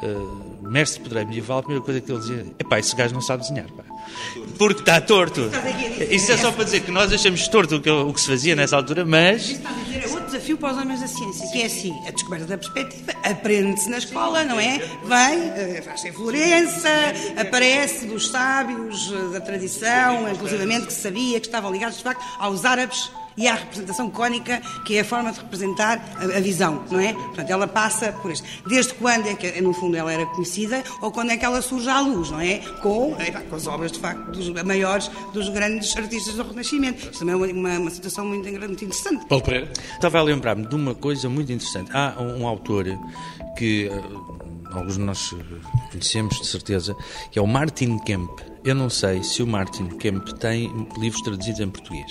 uh, mestre pedreiro medieval, a primeira coisa que ele dizia é pá, esse gajo não sabe desenhar, pá. Porque está torto. Isso é só para dizer que nós achamos torto o que, o que se fazia nessa altura, mas... Isso está a dizer, é outro desafio para os homens da ciência, que é assim, a descoberta da perspectiva, aprende-se na escola, não é? Vem, faz-se em Florença, aparece dos sábios da tradição, inclusivamente que se sabia que estavam ligados, de facto, aos árabes e à representação cônica, que é a forma de representar a, a visão, não é? Portanto, ela passa por isto. Desde quando é que, no fundo, ela era conhecida, ou quando é que ela surge à luz, não é? Com, com as obras, de facto, dos maiores, dos grandes artistas do Renascimento. Isto também é uma, uma situação muito, muito interessante. Paulo Pereira? Estava a lembrar-me de uma coisa muito interessante. Há um, um autor que uh, alguns de nós conhecemos, de certeza, que é o Martin Kemp. Eu não sei se o Martin Kemp tem livros traduzidos em português,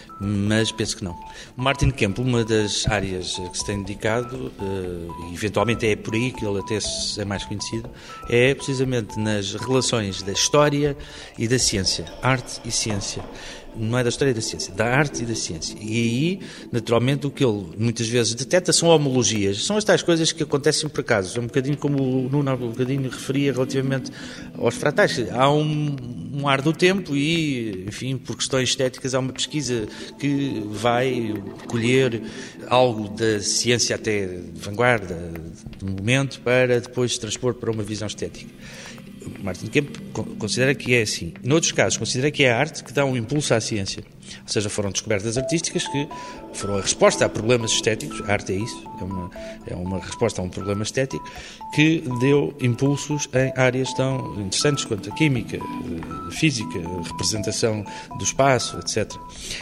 mas penso que não. O Martin Kemp, uma das áreas que se tem dedicado, e eventualmente é por aí que ele até é mais conhecido, é precisamente nas relações da história e da ciência, arte e ciência. Não é da história e da ciência, da arte e da ciência. E aí, naturalmente, o que ele muitas vezes detecta são homologias. São as tais coisas que acontecem por acaso. É um bocadinho como o Nuno há um bocadinho referia relativamente aos fratais. Há um, um ar do tempo e, enfim, por questões estéticas, há uma pesquisa que vai colher algo da ciência até de vanguarda, do momento, para depois transpor para uma visão estética. Martin Kemp considera que é assim. Noutros casos, considera que é a arte que dá um impulso à ciência. Ou seja, foram descobertas artísticas que foram a resposta a problemas estéticos. A arte é isso, é uma, é uma resposta a um problema estético que deu impulsos em áreas tão interessantes quanto a química, a física, a representação do espaço, etcétera.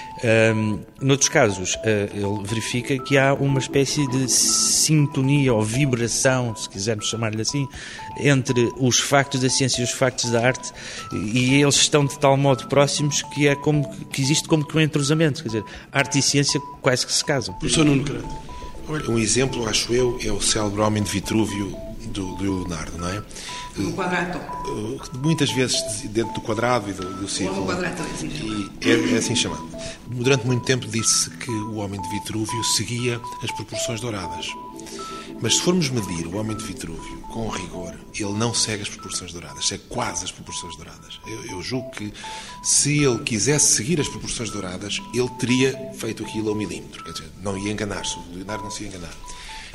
Um, noutros casos, uh, ele verifica que há uma espécie de sintonia ou vibração, se quisermos chamar-lhe assim, entre os factos da ciência e os factos da arte, e eles estão de tal modo próximos que é como que existe como que um entrosamento, quer dizer, arte e ciência quase que se casam. Professor Nuno Grande. Olha, um exemplo, acho eu, é o célebre Homem de Vitrúvio do, do Leonardo, não é? No quadrado. Muitas vezes dentro do quadrado e do, do círculo. O quadrado, e é, é assim chamado. Durante muito tempo disse que o Homem de Vitrúvio seguia as proporções douradas. Mas se formos medir o Homem de Vitrúvio com rigor, ele não segue as proporções douradas, segue quase as proporções douradas. Eu, eu julgo que se ele quisesse seguir as proporções douradas, ele teria feito aquilo ao milímetro. Quer dizer, não ia enganar-se, o Leonardo não se ia enganar.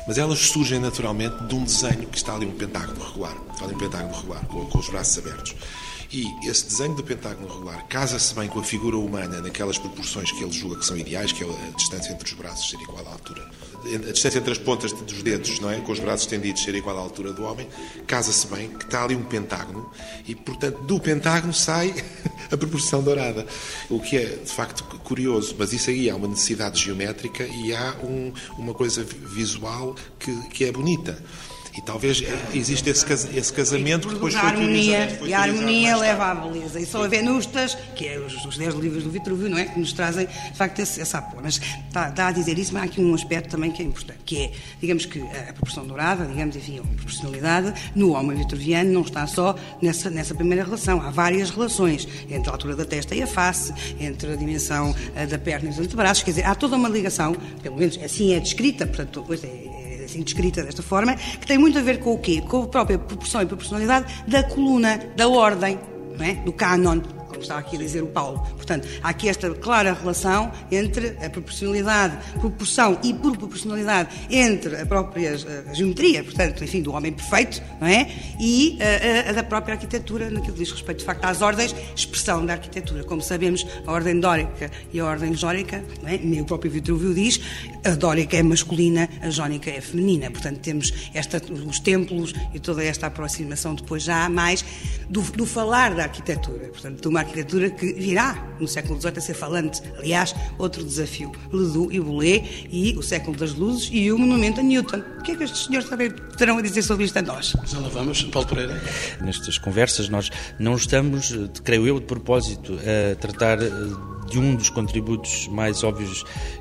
Mas elas surgem naturalmente de um desenho que está ali um pentágono regular, está ali um pentágono regular, com, com os braços abertos. E esse desenho do pentágono regular casa-se bem com a figura humana naquelas proporções que ele julga que são ideais, que é a distância entre os braços ser igual à altura. A distância entre as pontas dos dedos, não é? Com os braços estendidos ser igual à altura do homem, casa-se bem que está ali um pentágono e, portanto, do pentágono sai a proporção dourada. O que é, de facto, curioso. Mas isso aí há uma necessidade geométrica e há um, uma coisa visual que, que é bonita. E talvez existe esse, esse casamento que depois foi utilizado. E a harmonia leva à beleza. E são a Venustas, que é os, os dez livros do Vitrúvio, não é? Que nos trazem, de facto, esse, esse apoio. Mas está, está a dizer isso, mas há aqui um aspecto também que é importante, que é, digamos que a proporção dourada, digamos, enfim, a proporcionalidade, no homem vitruviano não está só nessa, nessa primeira relação. Há várias relações entre a altura da testa e a face, entre a dimensão da perna e os antebraços. Quer dizer, há toda uma ligação, pelo menos assim é descrita, portanto, pois é, assim descrita desta forma, que tem muito a ver com o quê? Com a própria proporção e proporcionalidade da coluna, da ordem, não é? Do cânon, como está aqui a dizer o Paulo. Portanto, há aqui esta clara relação entre a proporcionalidade, proporção e por proporcionalidade entre a própria a geometria, portanto, enfim, do homem perfeito, não é? E a, a, a da própria arquitetura, naquilo que diz respeito, de facto, às ordens, expressão da arquitetura. Como sabemos, a ordem dórica e a ordem jónica, não é? E o próprio Vitrúvio diz, a dórica é masculina, a jónica é feminina. Portanto, temos esta, os templos e toda esta aproximação depois já mais do, do falar da arquitetura. Portanto, de uma arquitetura que virá no século dezoito a ser falante. Aliás, outro desafio, Ledoux e Boulez e o século das luzes e o monumento a Newton. O que é que estes senhores também terão a dizer sobre isto a nós? Já lá vamos, Paulo Pereira. Nestas conversas nós não estamos, creio eu, de propósito, a tratar de um dos contributos mais óbvios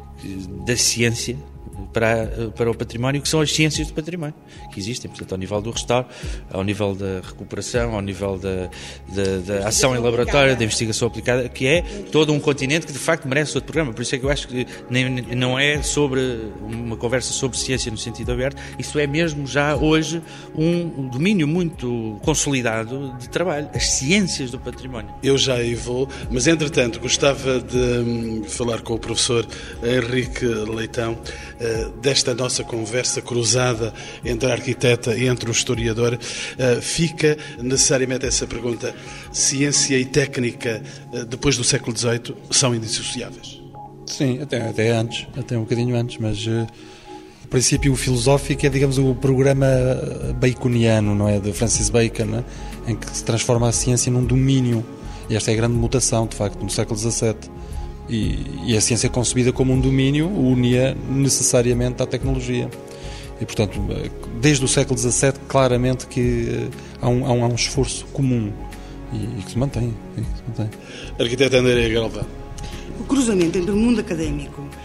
da ciência para, para o património, que são as ciências do património, que existem, portanto, ao nível do restauro, ao nível da recuperação, ao nível da, da, da ação em laboratório, da investigação aplicada, que é todo um continente que, de facto, merece outro programa. Por isso é que eu acho que nem, não é sobre uma conversa sobre ciência no sentido aberto, isso é mesmo já hoje um domínio muito consolidado de trabalho, as ciências do património. Eu já aí vou, mas, entretanto, gostava de falar com o professor Henrique Leitão desta nossa conversa cruzada entre a arquiteta e entre o historiador. Fica necessariamente essa pergunta: ciência e técnica depois do século dezoito são indissociáveis? Sim, até, até antes, até um bocadinho antes, mas uh, o princípio filosófico é, digamos, o programa baconiano, não é, de Francis Bacon, não é? Em que se transforma a ciência num domínio, e esta é a grande mutação, de facto, no século dezassete. E, e a ciência concebida como um domínio unia necessariamente à tecnologia. E, portanto, desde o século dezassete, claramente que há um, há um, há um esforço comum e, e que se mantém. E que se mantém. Arquiteta Andréa Galvão. O cruzamento entre o mundo académico uh,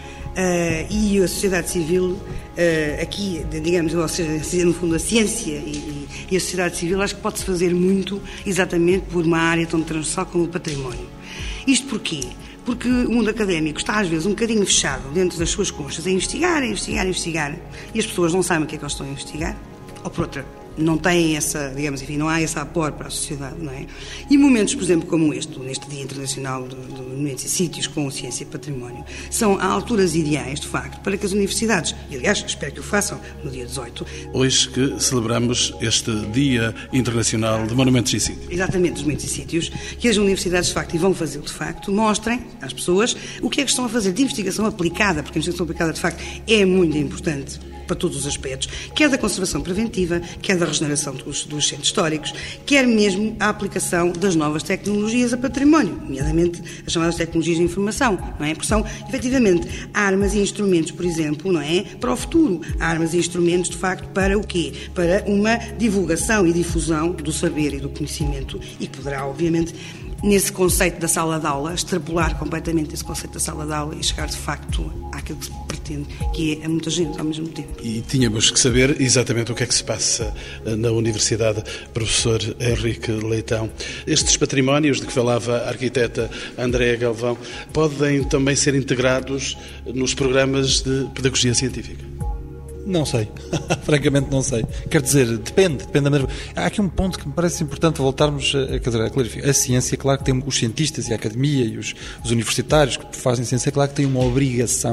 e a sociedade civil, uh, aqui, digamos, ou seja, no fundo, a ciência e, e a sociedade civil, acho que pode-se fazer muito exatamente por uma área tão transversal como o património. Isto porquê? Porque o mundo académico está, às vezes, um bocadinho fechado dentro das suas conchas, a investigar, a investigar, a investigar, e as pessoas não sabem o que é que eles estão a investigar, ou por outra, não têm essa, digamos, enfim, não há esse apoio para a sociedade, não é? E momentos, por exemplo, como este, neste Dia Internacional de Monumentos e Sítios com Ciência e Património, são alturas ideais, de facto, para que as universidades, e aliás, espero que o façam no dia dezoito. Hoje que celebramos este Dia Internacional de Monumentos e Sítios. Exatamente, dos Monumentos e Sítios, que as universidades, de facto, e vão fazê-lo, de facto, mostrem às pessoas o que é que estão a fazer de investigação aplicada, porque a investigação aplicada, de facto, é muito importante para todos os aspectos, quer da conservação preventiva, quer da regeneração dos, dos centros históricos, quer mesmo a aplicação das novas tecnologias a património, nomeadamente as chamadas tecnologias de informação, não é? Porque são, efetivamente, armas e instrumentos, por exemplo, não é? Para o futuro. Armas e instrumentos, de facto, para o quê? Para uma divulgação e difusão do saber e do conhecimento e que poderá, obviamente, nesse conceito da sala de aula, extrapolar completamente esse conceito da sala de aula e chegar, de facto, àquilo que se pretende, que é a muita gente ao mesmo tempo. E tínhamos que saber exatamente o que é que se passa na Universidade, professor Henrique Leitão. Estes patrimónios de que falava a arquiteta Andréa Galvão podem também ser integrados nos programas de pedagogia científica? Não sei, francamente não sei. Quer dizer, depende, depende da maneira. Há aqui um ponto que me parece importante voltarmos a, quer dizer, a clarificar. A ciência, claro que tem os cientistas e a academia e os, os universitários que fazem ciência, claro que têm uma obrigação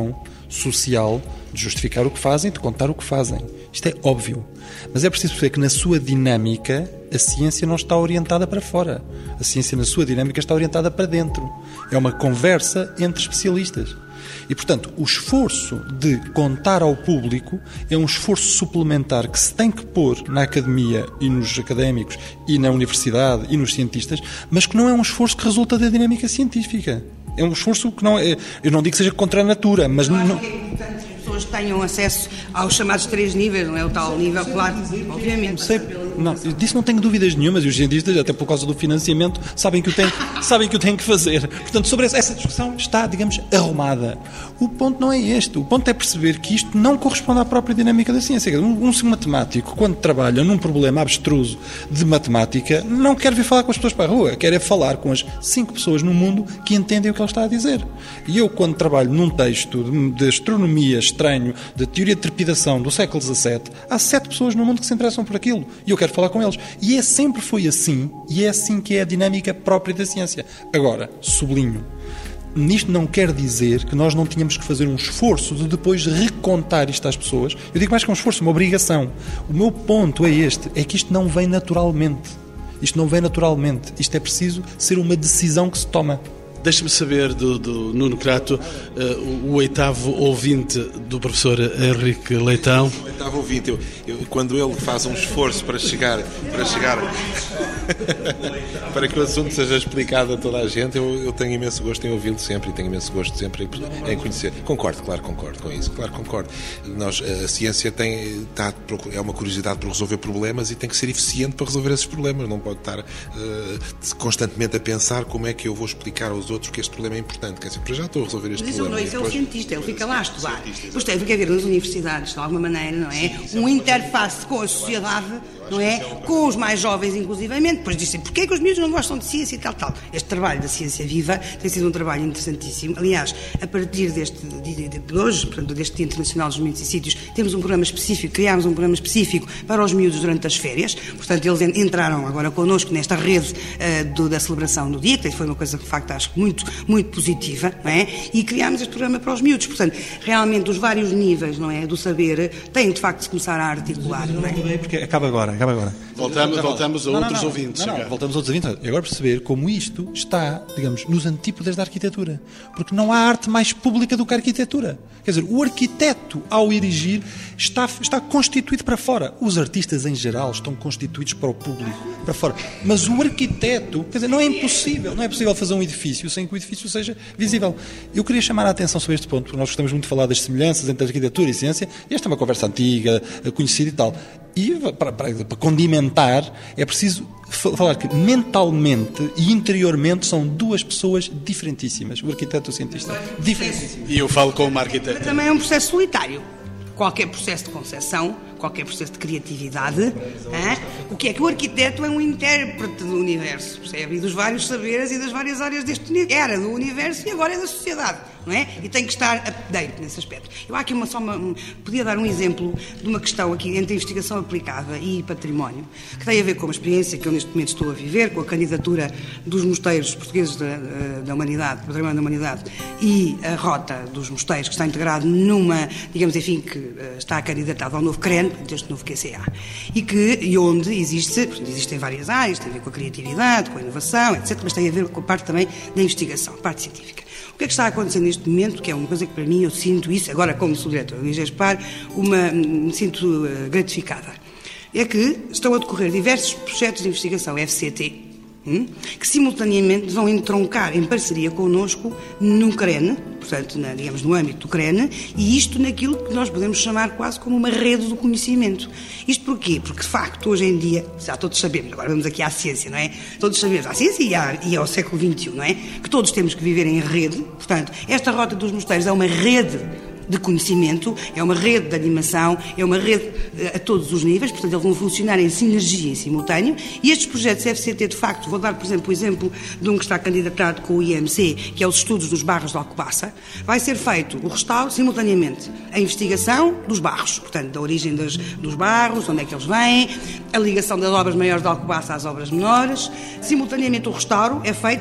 social de justificar o que fazem, de contar o que fazem. Isto é óbvio. Mas é preciso perceber que na sua dinâmica a ciência não está orientada para fora. A ciência na sua dinâmica está orientada para dentro. É uma conversa entre especialistas. E, portanto, o esforço de contar ao público é um esforço suplementar que se tem que pôr na academia e nos académicos e na universidade e nos cientistas, mas que não é um esforço que resulta da dinâmica científica. É um esforço que não é... Eu não digo que seja contra a natura, mas... Eu acho não... que é importante que as pessoas tenham acesso aos chamados três níveis, não é? O tal nível, claro, obviamente. Sei, não, disso não tenho dúvidas nenhumas e os cientistas, até por causa do financiamento, sabem que o têm, sabem que o têm que fazer. Portanto, sobre essa, essa discussão está, digamos, arrumada. O ponto não é este. O ponto é perceber que isto não corresponde à própria dinâmica da ciência. Um, um matemático, quando trabalha num problema abstruso de matemática, não quer vir falar com as pessoas para a rua, quer é falar com as cinco pessoas no mundo que entendem o que ele está a dizer. E eu, quando trabalho num texto de, de astronomia estranho, de teoria de trepidação do século dezassete, há sete pessoas no mundo que se interessam por aquilo. E eu quero falar com eles. E é sempre foi assim, e é assim que é a dinâmica própria da ciência. Agora, sublinho, nisto não quer dizer que nós não tínhamos que fazer um esforço de depois recontar isto às pessoas. Eu digo mais que um esforço, uma obrigação. O meu ponto é este, é que isto não vem naturalmente. Isto não vem naturalmente. Isto é preciso ser uma decisão que se toma. Deixa-me saber do, do Nuno Crato, uh, o, o oitavo ouvinte do professor Henrique Leitão. O oitavo ouvinte, eu, eu, quando ele faz um esforço para chegar, para chegar, para que o assunto seja explicado a toda a gente, eu, eu tenho imenso gosto em ouvi-lo sempre e tenho imenso gosto sempre em, em conhecer. Concordo, claro, concordo com isso, claro, concordo. Nós, a ciência tem, está, é uma curiosidade por resolver problemas e tem que ser eficiente para resolver esses problemas. Não pode estar uh, constantemente a pensar como é que eu vou explicar aos outros que este problema é importante. Quer dizer, para já estou a resolver este Mas problema. Mas isso não, isso é o cientista, ele fica lá a estudar. Depois tem que haver nas universidades, de alguma maneira, não é? Uma interface com a sociedade, não é? Com os mais jovens, inclusivamente. Depois dizem, porquê é que os miúdos não gostam de ciência e tal, tal. Este trabalho da ciência viva tem sido um trabalho interessantíssimo. Aliás, a partir deste, de, de hoje, portanto, deste Dia Internacional dos Monumentos e Sítios, temos um programa específico, criámos um programa específico para os miúdos durante as férias. Portanto, eles entraram agora connosco nesta rede uh, do, da celebração do dia, que foi uma coisa, de facto, acho que muito, muito positiva, não é? E criámos este programa para os miúdos. Portanto, realmente, os vários níveis, não é, do saber, têm, de facto, de se começar a articular, não é? Porque acaba agora, acaba agora. Voltamos, voltamos a não, outros não, não, ouvintes. Não, não, voltamos a outros ouvintes. E agora perceber como isto está, digamos, nos antípodas da arquitetura. Porque não há arte mais pública do que a arquitetura. Quer dizer, o arquiteto, ao erigir, está, está constituído para fora. Os artistas, em geral, estão constituídos para o público, para fora. Mas o arquiteto, quer dizer, não é impossível. Não é possível fazer um edifício sem que o edifício seja visível. Eu queria chamar a atenção sobre este ponto, porque nós gostamos muito de falar das semelhanças entre arquitetura e ciência. E esta é uma conversa antiga, conhecida e tal. E para, para, para condimentar, é preciso falar que mentalmente e interiormente são duas pessoas diferentíssimas. O arquiteto e o cientista. Diferentíssimas. E eu falo com uma arquiteta. Também é um processo solitário. Qualquer processo de concepção, qualquer processo de criatividade. Hein? O que é que o arquiteto é um intérprete do universo, percebe? E dos vários saberes e das várias áreas deste universo. Era do universo e agora é da sociedade, não é? E tem que estar up-to-date nesse aspecto. Eu há aqui uma, só uma, um, podia dar um exemplo de uma questão aqui entre investigação aplicada e património, que tem a ver com uma experiência que eu neste momento estou a viver, com a candidatura dos mosteiros portugueses da, da humanidade, património da humanidade, e a rota dos mosteiros, que está integrado numa, digamos, enfim, que está candidatado ao novo CREN, deste novo Q C A, e, que, e onde existe, existem várias áreas, tem a ver com a criatividade, com a inovação, etcétera, mas tem a ver com a parte também da investigação, a parte científica. O que é que está a acontecer neste momento, que é uma coisa que para mim eu sinto isso, agora como sou diretor do IGESPAR, uma, me sinto uh, gratificada, é que estão a decorrer diversos projetos de investigação F C T, hum, que simultaneamente vão entroncar em parceria connosco no CREN, portanto, na, digamos, no âmbito do CREN, e isto naquilo que nós podemos chamar quase como uma rede do conhecimento. Isto porquê? Porque, de facto, hoje em dia, já todos sabemos, agora vamos aqui à ciência, não é? Todos sabemos, à ciência e, à, e ao século vinte e um, não é? Que todos temos que viver em rede, portanto, esta Rota dos Mosteiros é uma rede de conhecimento, é uma rede de animação, é uma rede a todos os níveis, portanto, eles vão funcionar em sinergia, em simultâneo, e estes projetos F C T, de facto, vou dar, por exemplo, o exemplo de um que está candidatado com o I M C, que é os estudos dos barros de Alcobaça, vai ser feito o restauro, simultaneamente, a investigação dos barros, portanto, da origem das, dos barros, onde é que eles vêm, a ligação das obras maiores de Alcobaça às obras menores, simultaneamente o restauro é feito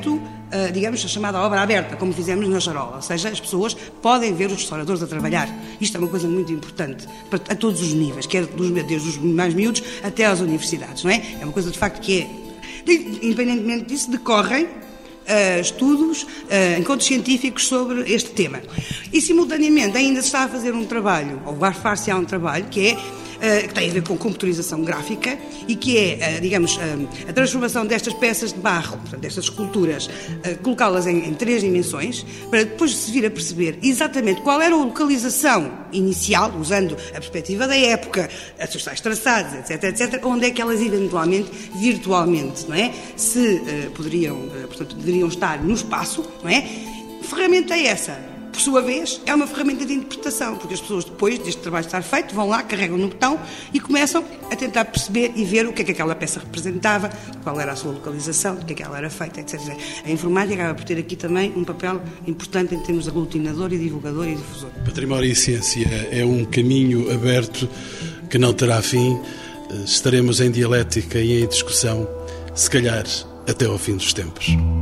Uh, digamos, a chamada obra aberta, como fizemos na Charola, ou seja, as pessoas podem ver os restauradores a trabalhar. Isto é uma coisa muito importante para, a todos os níveis, quer dos, desde os mais miúdos até às universidades, não é? É uma coisa de facto que é, independentemente disso, decorrem uh, estudos, uh, encontros científicos sobre este tema. E, simultaneamente, ainda se está a fazer um trabalho, ou vai far-se-á um trabalho, que é Uh, que tem a ver com computarização gráfica e que é, uh, digamos, uh, a transformação destas peças de barro, portanto, destas esculturas, uh, colocá-las em, em três dimensões, para depois se vir a perceber exatamente qual era a localização inicial, usando a perspectiva da época, os tais traçados, etc, etcétera, onde é que elas eventualmente, virtualmente, não é? Se uh, poderiam, uh, portanto, deveriam estar no espaço, não é? Ferramenta é essa? Por sua vez, é uma ferramenta de interpretação, porque as pessoas, depois deste trabalho estar feito, vão lá, carregam no botão e começam a tentar perceber e ver o que é que aquela peça representava, qual era a sua localização, do que é que ela era feita, etcétera. A informática acaba por ter aqui também um papel importante em termos de aglutinador e divulgador e difusor. Património e ciência é um caminho aberto que não terá fim. Estaremos em dialética e em discussão, se calhar até ao fim dos tempos.